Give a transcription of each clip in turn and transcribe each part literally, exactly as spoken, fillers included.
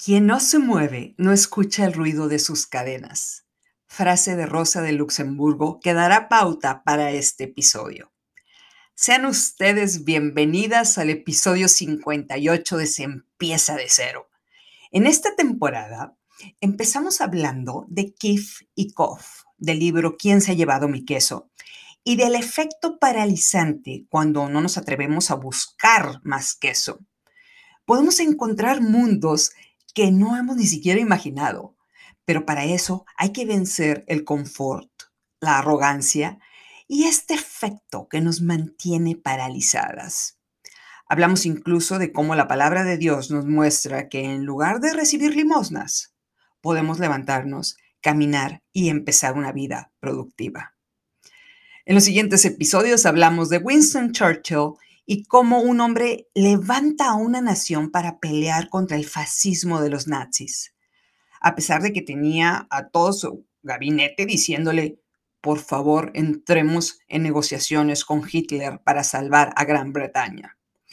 Quien no se mueve no escucha el ruido de sus cadenas. Frase de Rosa de Luxemburgo que dará pauta para este episodio. Sean ustedes bienvenidas al episodio cincuenta y ocho de Se empieza de cero. En esta temporada empezamos hablando de Kiev y Kof, del libro ¿Quién se ha llevado mi queso? Y del efecto paralizante cuando no nos atrevemos a buscar más queso. Podemos encontrar mundos que no hemos ni siquiera imaginado, pero para eso hay que vencer el confort, la arrogancia y este efecto que nos mantiene paralizadas. Hablamos incluso de cómo la palabra de Dios nos muestra que en lugar de recibir limosnas, podemos levantarnos, caminar y empezar una vida productiva. En los siguientes episodios hablamos de Winston Churchill y cómo un hombre levanta a una nación para pelear contra el fascismo de los nazis, a pesar de que tenía a todo su gabinete diciéndole, por favor, entremos en negociaciones con Hitler para salvar a Gran Bretaña.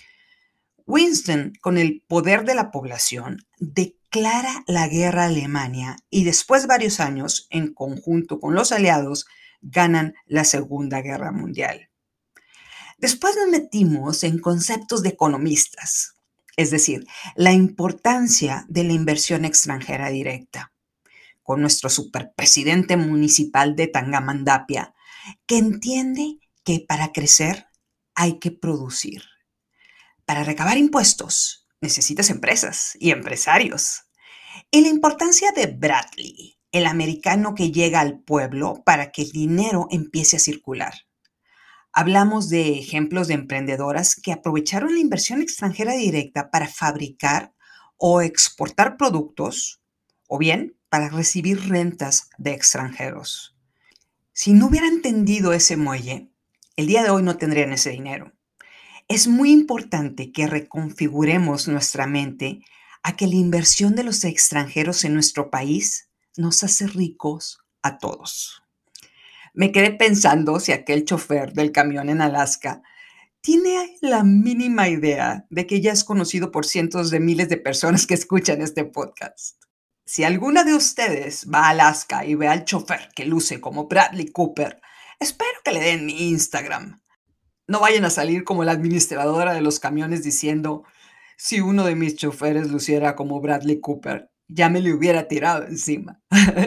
Winston, con el poder de la población, declara la guerra a Alemania y después de varios años, en conjunto con los aliados, ganan la Segunda Guerra Mundial. Después nos metimos en conceptos de economistas, es decir, la importancia de la inversión extranjera directa, con nuestro superpresidente municipal de Tangamandapia, que entiende que para crecer hay que producir. Para recabar impuestos necesitas empresas y empresarios. Y la importancia de Bradley, el americano que llega al pueblo para que el dinero empiece a circular. Hablamos de ejemplos de emprendedoras que aprovecharon la inversión extranjera directa para fabricar o exportar productos o bien para recibir rentas de extranjeros. Si no hubieran tendido ese muelle, el día de hoy no tendrían ese dinero. Es muy importante que reconfiguremos nuestra mente a que la inversión de los extranjeros en nuestro país nos hace ricos a todos. Me quedé pensando si aquel chofer del camión en Alaska tiene la mínima idea de que ya es conocido por cientos de miles de personas que escuchan este podcast. Si alguna de ustedes va a Alaska y ve al chofer que luce como Bradley Cooper, espero que le den mi Instagram. No vayan a salir como la administradora de los camiones diciendo, si uno de mis choferes luciera como Bradley Cooper, ya me le hubiera tirado encima.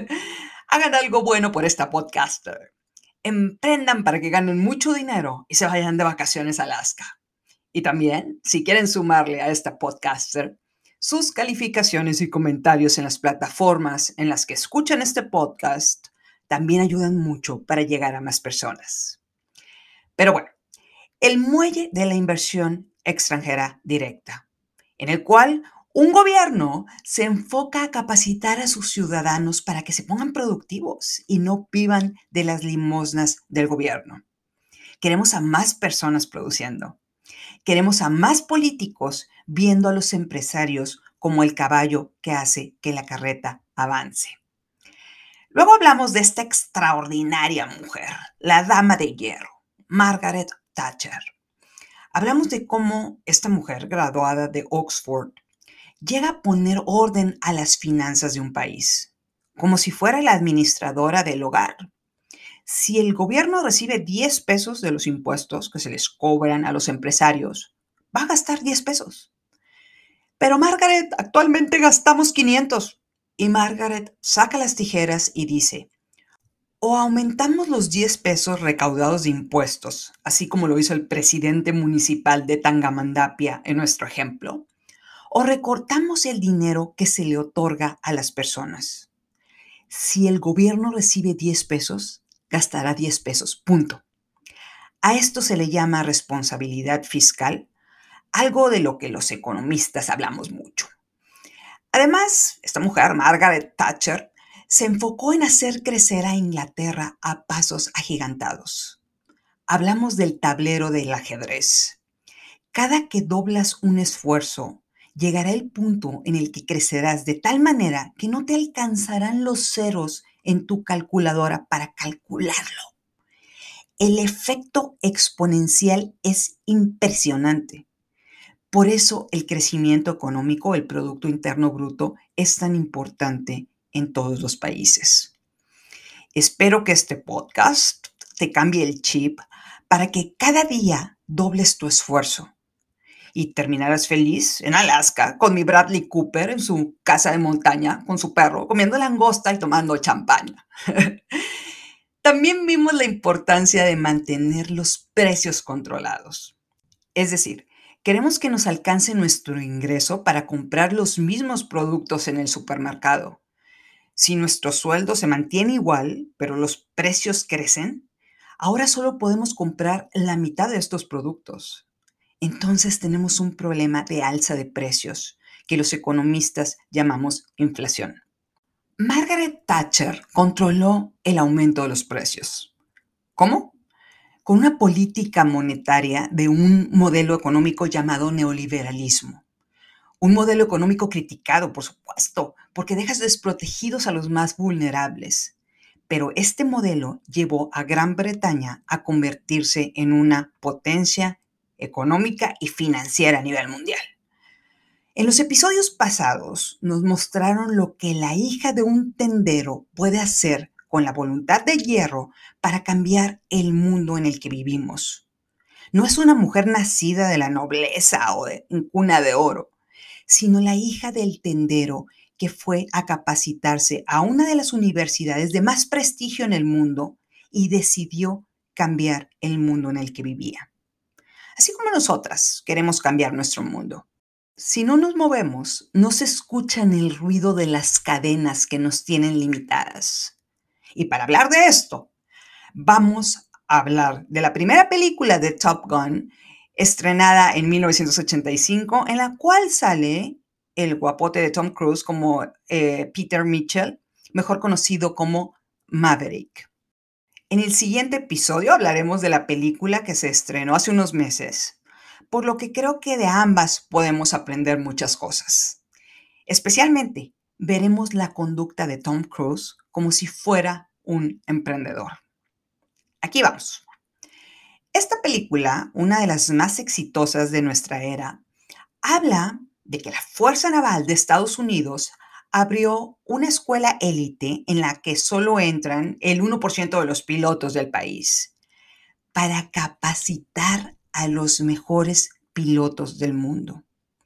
Hagan algo bueno por esta podcaster. Emprendan para que ganen mucho dinero y se vayan de vacaciones a Alaska. Y también, si quieren sumarle a esta podcaster, sus calificaciones y comentarios en las plataformas en las que escuchan este podcast también ayudan mucho para llegar a más personas. Pero bueno, el muelle de la inversión extranjera directa, en el cual un gobierno se enfoca a capacitar a sus ciudadanos para que se pongan productivos y no vivan de las limosnas del gobierno. Queremos a más personas produciendo. Queremos a más políticos viendo a los empresarios como el caballo que hace que la carreta avance. Luego hablamos de esta extraordinaria mujer, la dama de hierro, Margaret Thatcher. Hablamos de cómo esta mujer graduada de Oxford llega a poner orden a las finanzas de un país, como si fuera la administradora del hogar. Si el gobierno recibe diez pesos de los impuestos que se les cobran a los empresarios, va a gastar diez pesos. Pero Margaret, actualmente gastamos quinientos. Y Margaret saca las tijeras y dice, o aumentamos los diez pesos recaudados de impuestos, así como lo hizo el presidente municipal de Tangamandapia en nuestro ejemplo, o recortamos el dinero que se le otorga a las personas. Si el gobierno recibe diez pesos, gastará diez pesos, punto. A esto se le llama responsabilidad fiscal, algo de lo que los economistas hablamos mucho. Además, esta mujer, Margaret Thatcher, se enfocó en hacer crecer a Inglaterra a pasos agigantados. Hablamos del tablero del ajedrez. Cada que doblas un esfuerzo, llegará el punto en el que crecerás de tal manera que no te alcanzarán los ceros en tu calculadora para calcularlo. El efecto exponencial es impresionante. Por eso el crecimiento económico, el Producto Interno Bruto, es tan importante en todos los países. Espero que este podcast te cambie el chip para que cada día dobles tu esfuerzo y terminarás feliz en Alaska con mi Bradley Cooper en su casa de montaña con su perro, comiendo langosta y tomando champaña. También vimos la importancia de mantener los precios controlados. Es decir, queremos que nos alcance nuestro ingreso para comprar los mismos productos en el supermercado. Si nuestro sueldo se mantiene igual, pero los precios crecen, ahora solo podemos comprar la mitad de estos productos. Entonces tenemos un problema de alza de precios, que los economistas llamamos inflación. Margaret Thatcher controló el aumento de los precios. ¿Cómo? Con una política monetaria de un modelo económico llamado neoliberalismo. Un modelo económico criticado, por supuesto, porque deja desprotegidos a los más vulnerables. Pero este modelo llevó a Gran Bretaña a convertirse en una potencia económica y financiera a nivel mundial. En los episodios pasados nos mostraron lo que la hija de un tendero puede hacer con la voluntad de hierro para cambiar el mundo en el que vivimos. No es una mujer nacida de la nobleza o de, en cuna de oro, sino la hija del tendero que fue a capacitarse a una de las universidades de más prestigio en el mundo y decidió cambiar el mundo en el que vivía. Así como nosotras queremos cambiar nuestro mundo. Si no nos movemos, no se escucha el ruido de las cadenas que nos tienen limitadas. Y para hablar de esto, vamos a hablar de la primera película de Top Gun, estrenada en mil novecientos ochenta y cinco, en la cual sale el guapote de Tom Cruise como eh, Peter Mitchell, mejor conocido como Maverick. En el siguiente episodio hablaremos de la película que se estrenó hace unos meses, por lo que creo que de ambas podemos aprender muchas cosas. Especialmente, veremos la conducta de Tom Cruise como si fuera un emprendedor. Aquí vamos. Esta película, una de las más exitosas de nuestra era, habla de que la Fuerza Naval de Estados Unidos abrió una escuela élite en la que solo entran el uno por ciento de los pilotos del país para capacitar a los mejores pilotos del mundo.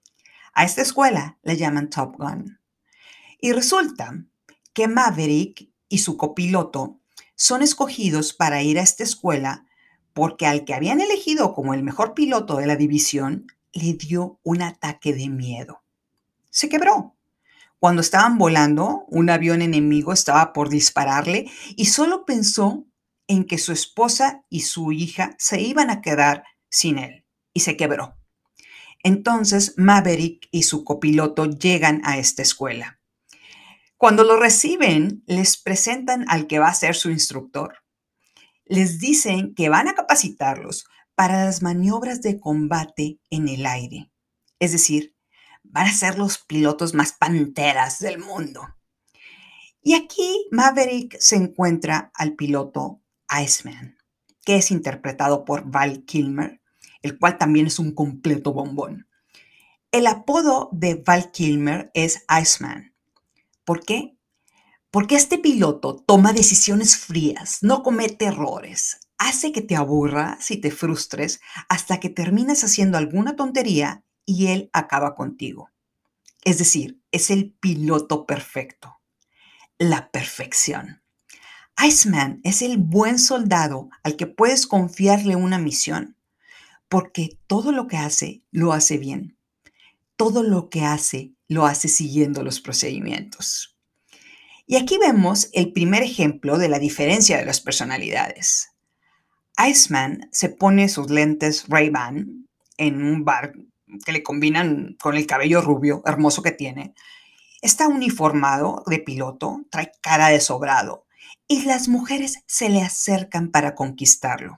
A esta escuela le llaman Top Gun. Y resulta que Maverick y su copiloto son escogidos para ir a esta escuela porque al que habían elegido como el mejor piloto de la división le dio un ataque de miedo. Se quebró. Cuando estaban volando, un avión enemigo estaba por dispararle y solo pensó en que su esposa y su hija se iban a quedar sin él y se quebró. Entonces Maverick y su copiloto llegan a esta escuela. Cuando lo reciben, les presentan al que va a ser su instructor. Les dicen que van a capacitarlos para las maniobras de combate en el aire. Es decir, van a ser los pilotos más panteras del mundo. Y aquí Maverick se encuentra al piloto Iceman, que es interpretado por Val Kilmer, el cual también es un completo bombón. El apodo de Val Kilmer es Iceman. ¿Por qué? Porque este piloto toma decisiones frías, no comete errores, hace que te aburras y te frustres hasta que terminas haciendo alguna tontería y él acaba contigo. Es decir, es el piloto perfecto, la perfección. Iceman es el buen soldado al que puedes confiarle una misión, porque todo lo que hace, lo hace bien. Todo lo que hace, lo hace siguiendo los procedimientos. Y aquí vemos el primer ejemplo de la diferencia de las personalidades. Iceman se pone sus lentes Ray-Ban en un bar que le combinan con el cabello rubio hermoso que tiene. Está uniformado de piloto, trae cara de sobrado y las mujeres se le acercan para conquistarlo.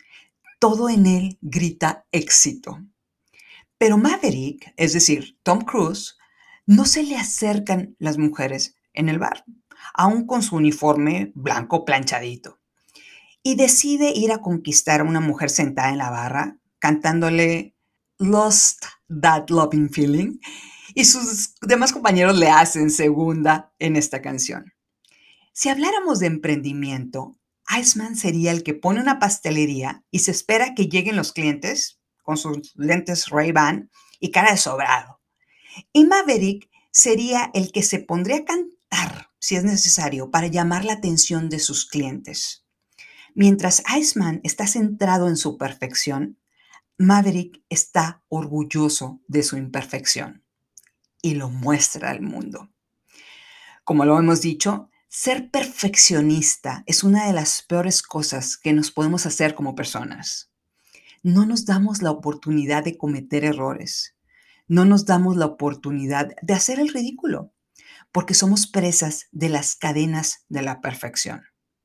Todo en él grita éxito. Pero Maverick, es decir, Tom Cruise, no se le acercan las mujeres en el bar, aún con su uniforme blanco planchadito. Y decide ir a conquistar a una mujer sentada en la barra, cantándole Lost That Loving Feeling, y sus demás compañeros le hacen segunda en esta canción. Si habláramos de emprendimiento, Iceman sería el que pone una pastelería y se espera que lleguen los clientes con sus lentes Ray-Ban y cara de sobrado. Y Maverick sería el que se pondría a cantar, si es necesario, para llamar la atención de sus clientes. Mientras Iceman está centrado en su perfección, Maverick está orgulloso de su imperfección y lo muestra al mundo. Como lo hemos dicho, ser perfeccionista es una de las peores cosas que nos podemos hacer como personas. No nos damos la oportunidad de cometer errores. No nos damos la oportunidad de hacer el ridículo, porque somos presas de las cadenas de la perfección.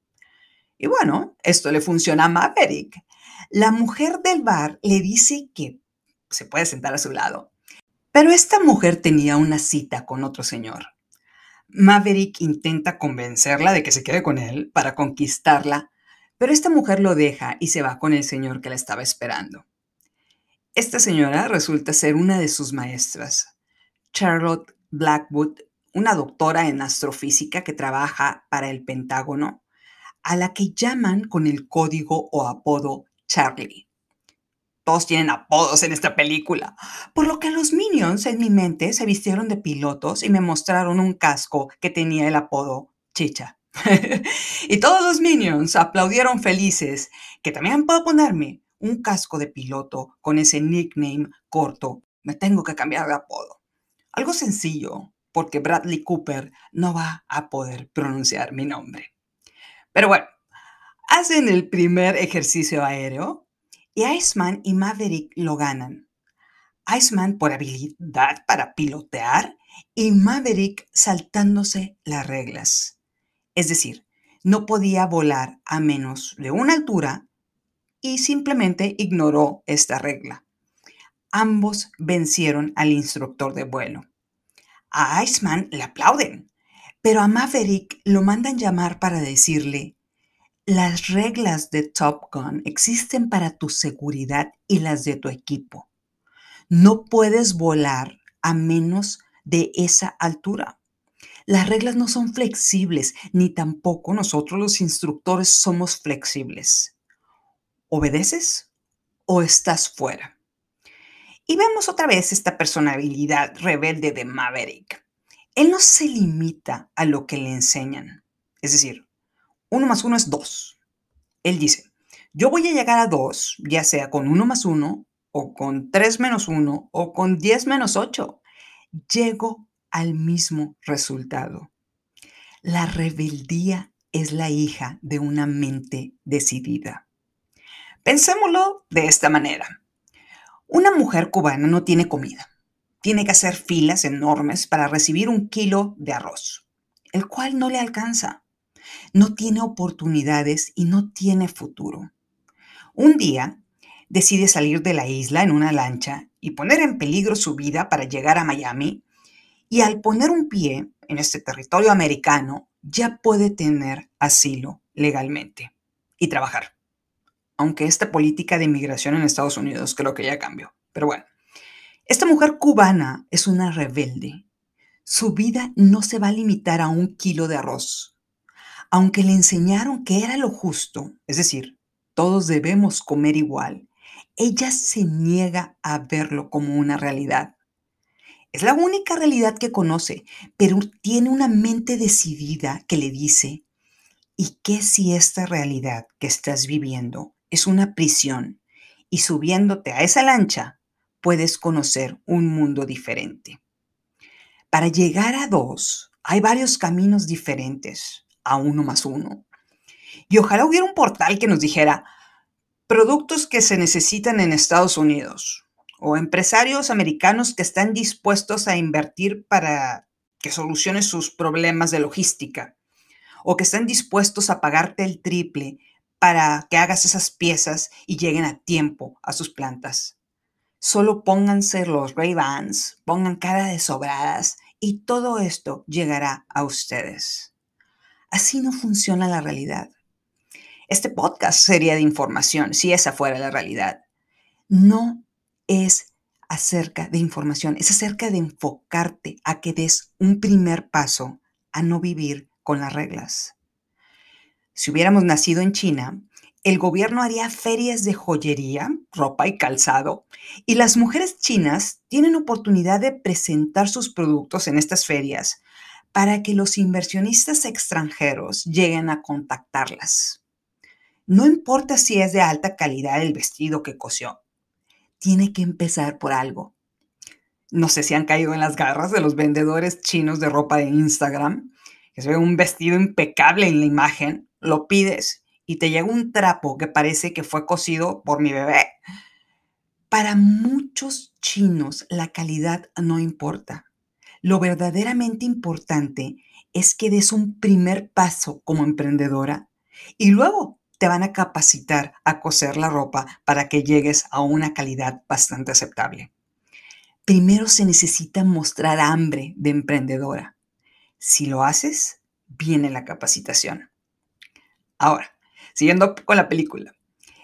Y bueno, esto le funciona a Maverick. La mujer del bar le dice que se puede sentar a su lado, pero esta mujer tenía una cita con otro señor. Maverick intenta convencerla de que se quede con él para conquistarla, pero esta mujer lo deja y se va con el señor que la estaba esperando. Esta señora resulta ser una de sus maestras, Charlotte Blackwood, una doctora en astrofísica que trabaja para el Pentágono, a la que llaman con el código o apodo Charlie. Todos tienen apodos en esta película, por lo que los Minions en mi mente se vistieron de pilotos y me mostraron un casco que tenía el apodo Chicha. Y todos los Minions aplaudieron felices que también puedo ponerme un casco de piloto con ese nickname corto. Me tengo que cambiar de apodo. Algo sencillo, porque Bradley Cooper no va a poder pronunciar mi nombre. Pero bueno, hacen el primer ejercicio aéreo y Iceman y Maverick lo ganan. Iceman por habilidad para pilotear y Maverick saltándose las reglas. Es decir, no podía volar a menos de una altura y simplemente ignoró esta regla. Ambos vencieron al instructor de vuelo. A Iceman le aplauden, pero a Maverick lo mandan llamar para decirle: las reglas de Top Gun existen para tu seguridad y las de tu equipo. No puedes volar a menos de esa altura. Las reglas no son flexibles, ni tampoco nosotros los instructores somos flexibles. ¿Obedeces o estás fuera? Y vemos otra vez esta personalidad rebelde de Maverick. Él no se limita a lo que le enseñan. Es decir, uno más uno es dos. Él dice: yo voy a llegar a dos, ya sea con uno más uno, o con tres menos uno, o con diez menos ocho. Llego al mismo resultado. La rebeldía es la hija de una mente decidida. Pensémoslo de esta manera. Una mujer cubana no tiene comida. Tiene que hacer filas enormes para recibir un kilo de arroz, el cual no le alcanza. No tiene oportunidades y no tiene futuro. Un día decide salir de la isla en una lancha y poner en peligro su vida para llegar a Miami, y al poner un pie en este territorio americano ya puede tener asilo legalmente y trabajar. Aunque esta política de inmigración en Estados Unidos creo que ya cambió. Pero bueno, esta mujer cubana es una rebelde. Su vida no se va a limitar a un kilo de arroz. Aunque le enseñaron que era lo justo, es decir, todos debemos comer igual, ella se niega a verlo como una realidad. Es la única realidad que conoce, pero tiene una mente decidida que le dice: ¿y qué si esta realidad que estás viviendo es una prisión y subiéndote a esa lancha puedes conocer un mundo diferente? Para llegar a dos, hay varios caminos diferentes a uno más uno. Y ojalá hubiera un portal que nos dijera productos que se necesitan en Estados Unidos o empresarios americanos que están dispuestos a invertir para que soluciones sus problemas de logística o que están dispuestos a pagarte el triple para que hagas esas piezas y lleguen a tiempo a sus plantas. Solo pónganse los Ray-Bans, pongan cara de sobradas y todo esto llegará a ustedes. Así no funciona la realidad. Este podcast sería de información si esa fuera la realidad. No es acerca de información, es acerca de enfocarte a que des un primer paso a no vivir con las reglas. Si hubiéramos nacido en China, el gobierno haría ferias de joyería, ropa y calzado, y las mujeres chinas tienen oportunidad de presentar sus productos en estas ferias para que los inversionistas extranjeros lleguen a contactarlas. No importa si es de alta calidad el vestido que cosió, tiene que empezar por algo. No sé si han caído en las garras de los vendedores chinos de ropa de Instagram, que se ve un vestido impecable en la imagen, lo pides y te llega un trapo que parece que fue cosido por mi bebé. Para muchos chinos la calidad no importa. Lo verdaderamente importante es que des un primer paso como emprendedora y luego te van a capacitar a coser la ropa para que llegues a una calidad bastante aceptable. Primero se necesita mostrar hambre de emprendedora. Si lo haces, viene la capacitación. Ahora, siguiendo con la película.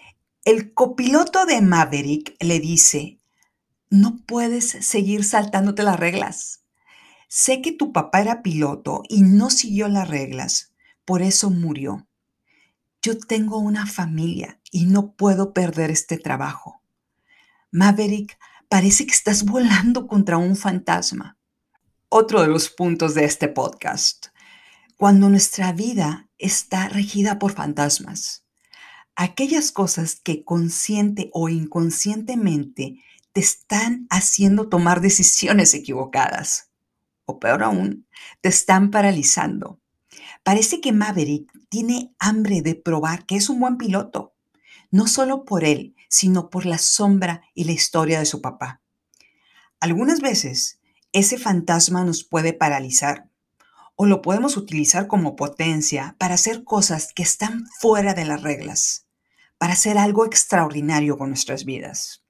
El copiloto de Maverick le dice, no puedes seguir saltándote las reglas. Sé que tu papá era piloto y no siguió las reglas, por eso murió. Yo tengo una familia y no puedo perder este trabajo. Maverick, parece que estás volando contra un fantasma. Otro de los puntos de este podcast. Cuando nuestra vida está regida por fantasmas, aquellas cosas que consciente o inconscientemente te están haciendo tomar decisiones equivocadas, o peor aún, te están paralizando. Parece que Maverick tiene hambre de probar que es un buen piloto, no solo por él, sino por la sombra y la historia de su papá. Algunas veces, ese fantasma nos puede paralizar o lo podemos utilizar como potencia para hacer cosas que están fuera de las reglas, para hacer algo extraordinario con nuestras vidas.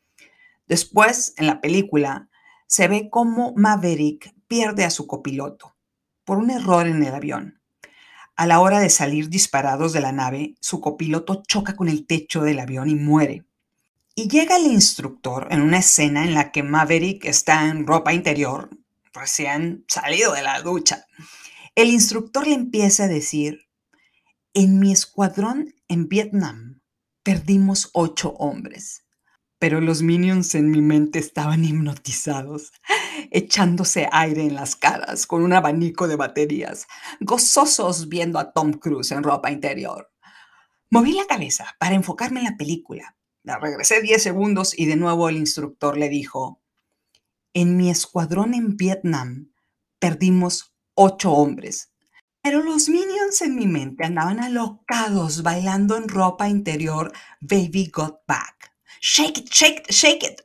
Después, en la película, se ve cómo Maverick pierde a su copiloto por un error en el avión. A la hora de salir disparados de la nave, su copiloto choca con el techo del avión y muere. Y llega el instructor en una escena en la que Maverick está en ropa interior, recién salido de la ducha. El instructor le empieza a decir, en mi escuadrón en Vietnam perdimos ocho hombres, pero los minions en mi mente estaban hipnotizados, echándose aire en las caras con un abanico de baterías, gozosos viendo a Tom Cruise en ropa interior. Moví la cabeza para enfocarme en la película. La regresé diez segundos y de nuevo el instructor le dijo, en mi escuadrón en Vietnam perdimos ocho hombres, pero los minions en mi mente andaban alocados bailando en ropa interior Baby Got Back. Shake it, shake it, shake it.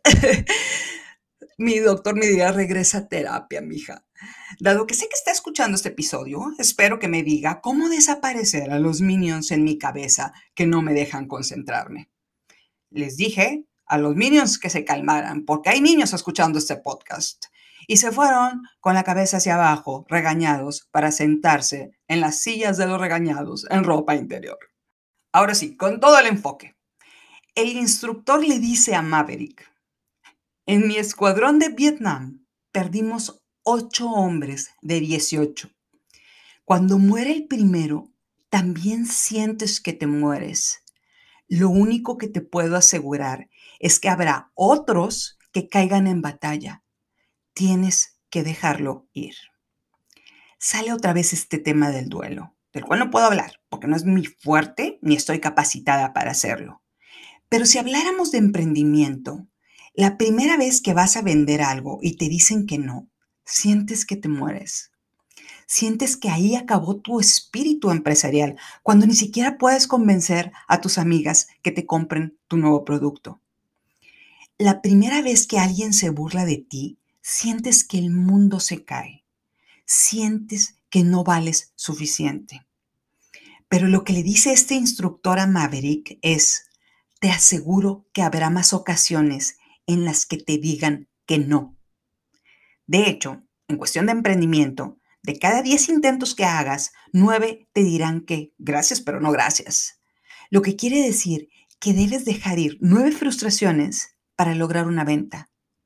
Mi doctor me dirá, regresa a terapia, mija. Dado que sé que está escuchando este episodio, espero que me diga cómo desaparecer a los minions en mi cabeza que no me dejan concentrarme. Les dije a los minions que se calmaran, porque hay niños escuchando este podcast. Y se fueron con la cabeza hacia abajo, regañados, para sentarse en las sillas de los regañados en ropa interior. Ahora sí, con todo el enfoque. El instructor le dice a Maverick, en mi escuadrón de Vietnam perdimos ocho hombres de dieciocho. Cuando muere el primero, también sientes que te mueres. Lo único que te puedo asegurar es que habrá otros que caigan en batalla. Tienes que dejarlo ir. Sale otra vez este tema del duelo, del cual no puedo hablar porque no es mi fuerte ni estoy capacitada para hacerlo. Pero si habláramos de emprendimiento, la primera vez que vas a vender algo y te dicen que no, sientes que te mueres. Sientes que ahí acabó tu espíritu empresarial, cuando ni siquiera puedes convencer a tus amigas que te compren tu nuevo producto. La primera vez que alguien se burla de ti, sientes que el mundo se cae. Sientes que no vales suficiente. Pero lo que le dice este instructor a Maverick es, te aseguro que habrá más ocasiones en las que te digan que no. De hecho, en cuestión de emprendimiento, de cada diez intentos que hagas, nueve te dirán que gracias, pero no gracias. Lo que quiere decir que debes dejar ir nueve frustraciones para lograr una venta.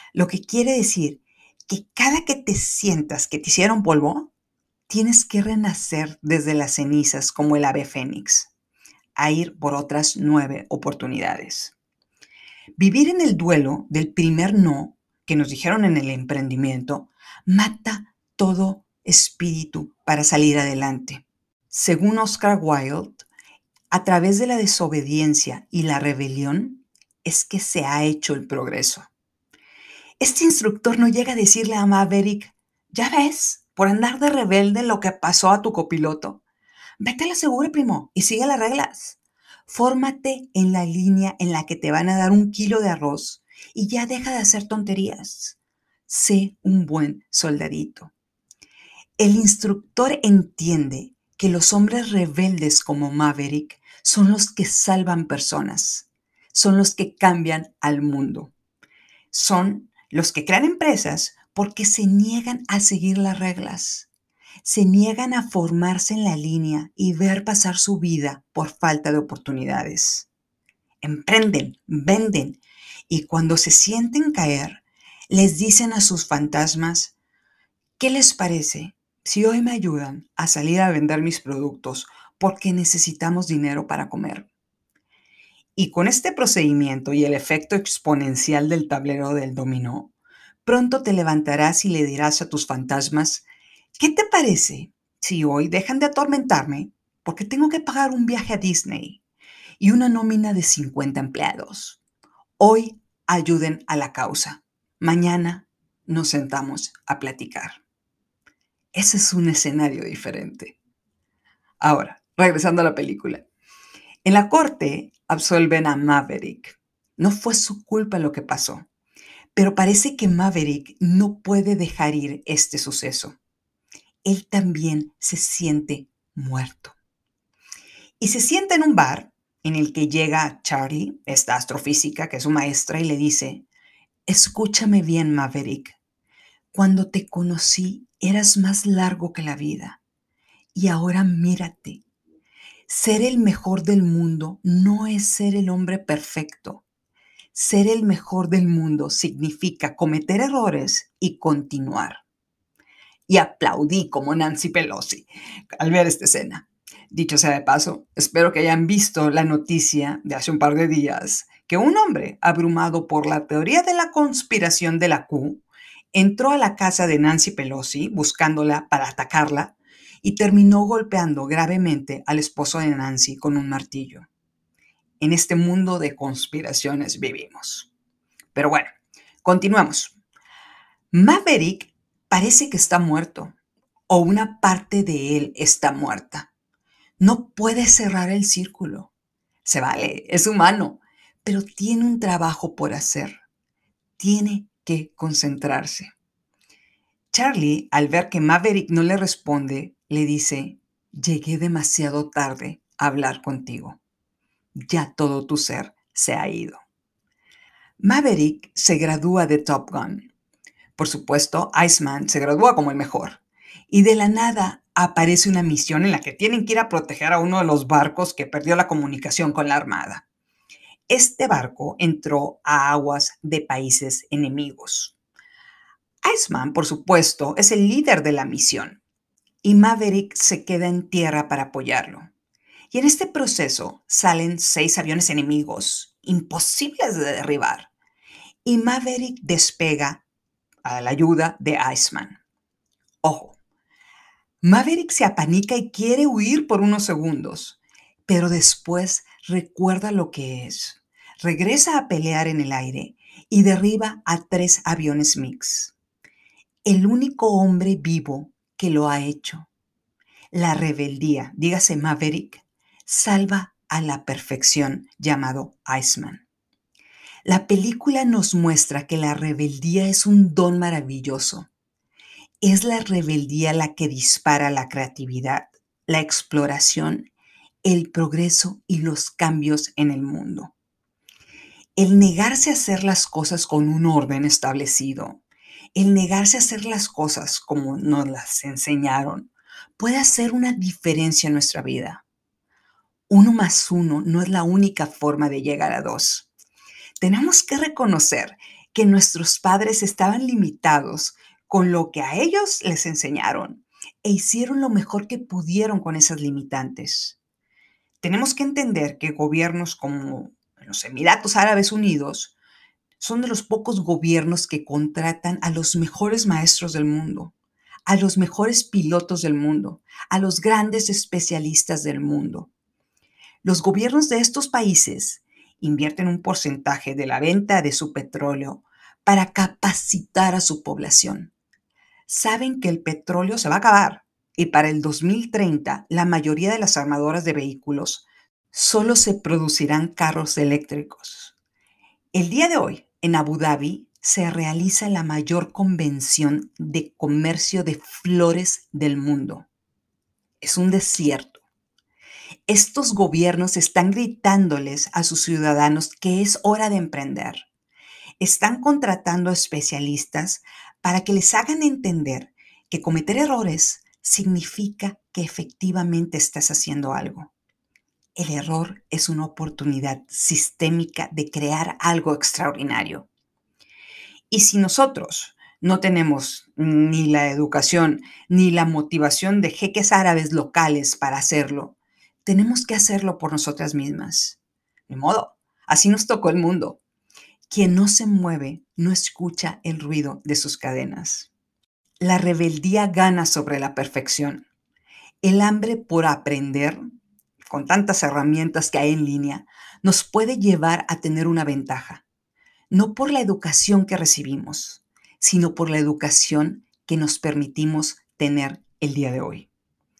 lo que quiere decir que cada que te sientas que te hicieron polvo, tienes que renacer desde las cenizas como el ave fénix, a ir por otras nueve oportunidades. Vivir en el duelo del primer no que nos dijeron en el emprendimiento mata todo espíritu para salir adelante. Según Oscar Wilde, a través de la desobediencia y la rebelión es que se ha hecho el progreso. Este instructor no llega a decirle a Maverick, ya ves, por andar de rebelde lo que pasó a tu copiloto. Vete a la segura, primo, y sigue las reglas. Fórmate en la línea en la que te van a dar un kilo de arroz y ya deja de hacer tonterías. Sé un buen soldadito. El instructor entiende que los hombres rebeldes como Maverick son los que salvan personas, son los que cambian al mundo. Son los que crean empresas porque se niegan a seguir las reglas. Se niegan a formarse en la línea y ver pasar su vida por falta de oportunidades. Emprenden, venden y cuando se sienten caer, les dicen a sus fantasmas, ¿qué les parece si hoy me ayudan a salir a vender mis productos porque necesitamos dinero para comer? Y con este procedimiento y el efecto exponencial del tablero del dominó, pronto te levantarás y le dirás a tus fantasmas, ¿qué te parece si hoy dejan de atormentarme porque tengo que pagar un viaje a Disney y una nómina de cincuenta empleados? Hoy ayuden a la causa. Mañana nos sentamos a platicar. Ese es un escenario diferente. Ahora, regresando a la película. En la corte absolven a Maverick. No fue su culpa lo que pasó, pero parece que Maverick no puede dejar ir este suceso. Él también se siente muerto. Y se sienta en un bar en el que llega Charlie, esta astrofísica que es su maestra, y le dice, escúchame bien, Maverick. Cuando te conocí eras más largo que la vida. Y ahora mírate. Ser el mejor del mundo no es ser el hombre perfecto. Ser el mejor del mundo significa cometer errores y continuar. Y aplaudí como Nancy Pelosi al ver esta escena. Dicho sea de paso, espero que hayan visto la noticia de hace un par de días que un hombre abrumado por la teoría de la conspiración de la Q entró a la casa de Nancy Pelosi buscándola para atacarla y terminó golpeando gravemente al esposo de Nancy con un martillo. En este mundo de conspiraciones vivimos. Pero bueno, continuamos. Maverick parece que está muerto o una parte de él está muerta. No puede cerrar el círculo. Se vale, es humano, pero tiene un trabajo por hacer. Tiene que concentrarse. Charlie, al ver que Maverick no le responde, le dice, llegué demasiado tarde a hablar contigo. Ya todo tu ser se ha ido. Maverick se gradúa de Top Gun. Por supuesto, Iceman se gradúa como el mejor. Y de la nada aparece una misión en la que tienen que ir a proteger a uno de los barcos que perdió la comunicación con la Armada. Este barco entró a aguas de países enemigos. Iceman, por supuesto, es el líder de la misión y Maverick se queda en tierra para apoyarlo. Y en este proceso salen seis aviones enemigos, imposibles de derribar, y Maverick despega a la ayuda de Iceman. Ojo, Maverick se apanica y quiere huir por unos segundos, pero después recuerda lo que es. Regresa a pelear en el aire y derriba a tres aviones mix. El único hombre vivo que lo ha hecho. La rebeldía, dígase Maverick, salva a la perfección llamado Iceman. La película nos muestra que la rebeldía es un don maravilloso. Es la rebeldía la que dispara la creatividad, la exploración, el progreso y los cambios en el mundo. El negarse a hacer las cosas con un orden establecido, el negarse a hacer las cosas como nos las enseñaron, puede hacer una diferencia en nuestra vida. Uno más uno no es la única forma de llegar a dos. Tenemos que reconocer que nuestros padres estaban limitados con lo que a ellos les enseñaron e hicieron lo mejor que pudieron con esas limitantes. Tenemos que entender que gobiernos como los Emiratos Árabes Unidos son de los pocos gobiernos que contratan a los mejores maestros del mundo, a los mejores pilotos del mundo, a los grandes especialistas del mundo. Los gobiernos de estos países invierten un porcentaje de la venta de su petróleo para capacitar a su población. Saben que el petróleo se va a acabar y para el dos mil treinta la mayoría de las armadoras de vehículos solo se producirán carros eléctricos. El día de hoy, en Abu Dhabi, se realiza la mayor convención de comercio de flores del mundo. Es un desierto. Estos gobiernos están gritándoles a sus ciudadanos que es hora de emprender. Están contratando especialistas para que les hagan entender que cometer errores significa que efectivamente estás haciendo algo. El error es una oportunidad sistémica de crear algo extraordinario. Y si nosotros no tenemos ni la educación ni la motivación de jeques árabes locales para hacerlo, tenemos que hacerlo por nosotras mismas. De modo, así nos tocó el mundo. Quien no se mueve no escucha el ruido de sus cadenas. La rebeldía gana sobre la perfección. El hambre por aprender, con tantas herramientas que hay en línea, nos puede llevar a tener una ventaja. No por la educación que recibimos, sino por la educación que nos permitimos tener el día de hoy.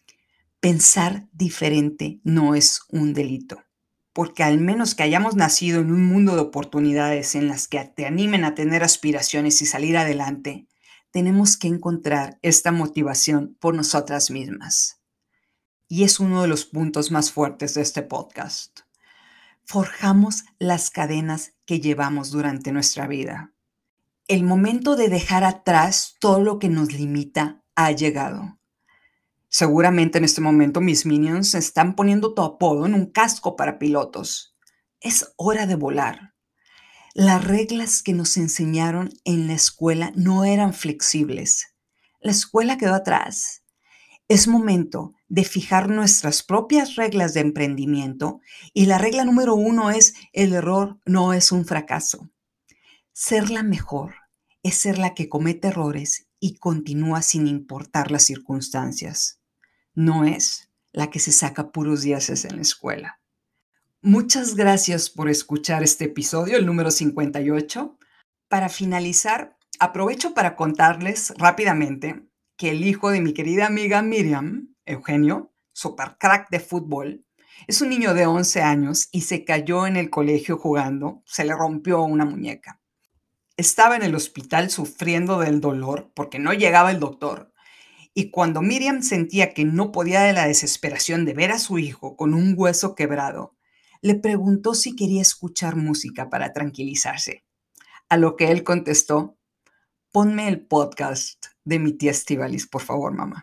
Pensar diferente no es un delito, porque al menos que hayamos nacido en un mundo de oportunidades en las que te animen a tener aspiraciones y salir adelante, tenemos que encontrar esta motivación por nosotras mismas. Y es uno de los puntos más fuertes de este podcast. Forjamos las cadenas que llevamos durante nuestra vida. El momento de dejar atrás todo lo que nos limita ha llegado. Seguramente en este momento mis minions están poniendo tu apodo en un casco para pilotos. Es hora de volar. Las reglas que nos enseñaron en la escuela no eran flexibles. La escuela quedó atrás. Es momento de fijar nuestras propias reglas de emprendimiento y la regla número uno es: el error no es un fracaso. Ser la mejor es ser la que comete errores y continúa sin importar las circunstancias. No es la que se saca puros dieces en la escuela. Muchas gracias por escuchar este episodio, el número cincuenta y ocho. Para finalizar, aprovecho para contarles rápidamente que el hijo de mi querida amiga Miriam, Eugenio, super crack de fútbol, es un niño de once años y se cayó en el colegio jugando, se le rompió una muñeca. Estaba en el hospital sufriendo del dolor porque no llegaba el doctor. Y cuando Miriam sentía que no podía de la desesperación de ver a su hijo con un hueso quebrado, le preguntó si quería escuchar música para tranquilizarse. A lo que él contestó: ponme el podcast de mi tía Estíbaliz, por favor, mamá.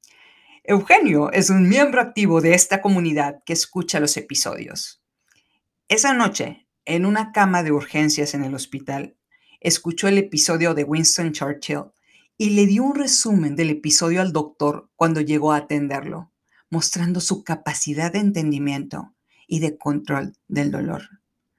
Eugenio es un miembro activo de esta comunidad que escucha los episodios. Esa noche, en una cama de urgencias en el hospital, escuchó el episodio de Winston Churchill y le dio un resumen del episodio al doctor cuando llegó a atenderlo, mostrando su capacidad de entendimiento y de control del dolor.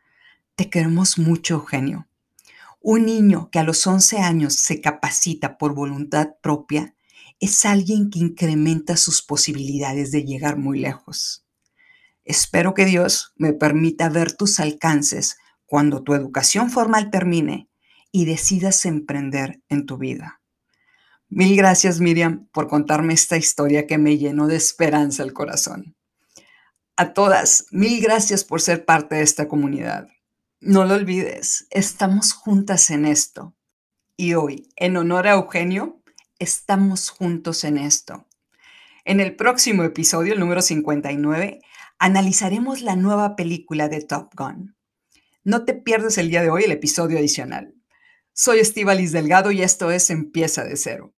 Te queremos mucho, Eugenio. Un niño que a los once años se capacita por voluntad propia es alguien que incrementa sus posibilidades de llegar muy lejos. Espero que Dios me permita ver tus alcances cuando tu educación formal termine y decidas emprender en tu vida. Mil gracias, Miriam, por contarme esta historia que me llenó de esperanza el corazón. A todas, mil gracias por ser parte de esta comunidad. No lo olvides, estamos juntas en esto. Y hoy, en honor a Eugenio, estamos juntos en esto. En el próximo episodio, el número cincuenta y nueve, analizaremos la nueva película de Top Gun. No te pierdas el día de hoy el episodio adicional. Soy Estíbaliz Delgado y esto es Empieza de Cero.